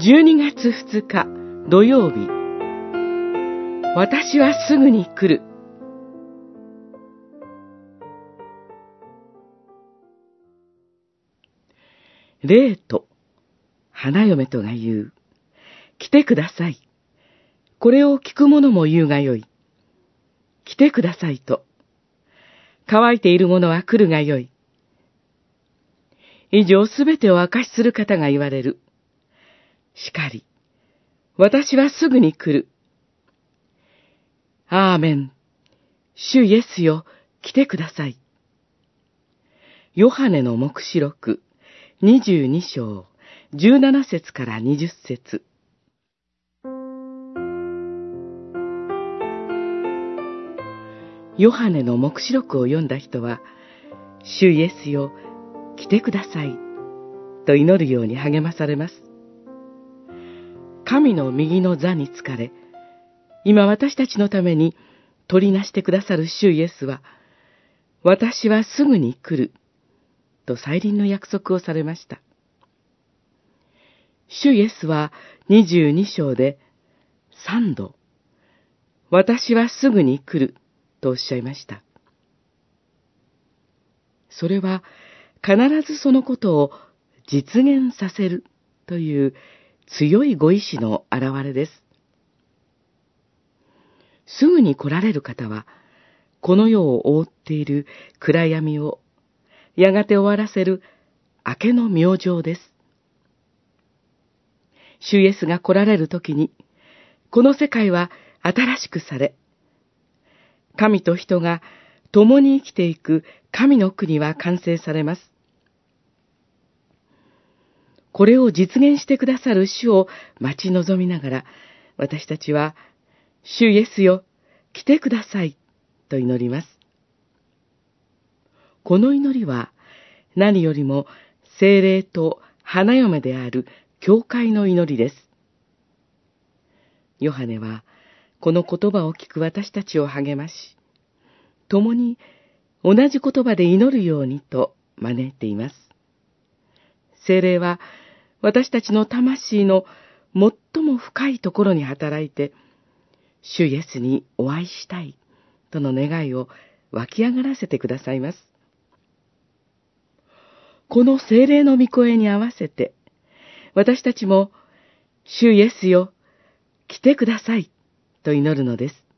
12月2日土曜日、私はすぐに来る。霊と花嫁とが言う。来てください。これを聞く者も言うがよい。来てくださいと。乾いている者は来るがよい。以上すべてを証しする方が言われる。しかり、私はすぐに来る。アーメン。主イエスよ、来てください。ヨハネの黙示録22章17節から20節。ヨハネの黙示録を読んだ人は、主イエスよ、来てください、と祈るように励まされます。神の右の座につかれ、今私たちのために取りなしてくださる主イエスは、私はすぐに来る、と再臨の約束をされました。主イエスは22章で3度、私はすぐに来る、とおっしゃいました。それは必ずそのことを実現させるという強いご意志の表れです。すぐに来られる方は、この世を覆っている暗闇をやがて終わらせる明けの明星です。主イエスが来られるときに、この世界は新しくされ、神と人が共に生きていく神の国は完成されます。これを実現してくださる主を待ち望みながら、私たちは、主イエスよ、来てください、と祈ります。この祈りは、何よりも聖霊と花嫁である教会の祈りです。ヨハネは、この言葉を聞く私たちを励まし、共に同じ言葉で祈るようにと招いています。聖霊は私たちの魂の最も深いところに働いて、主イエスにお会いしたいとの願いを湧き上がらせてくださいます。この聖霊の御声に合わせて、私たちも主イエスよ、来てくださいと祈るのです。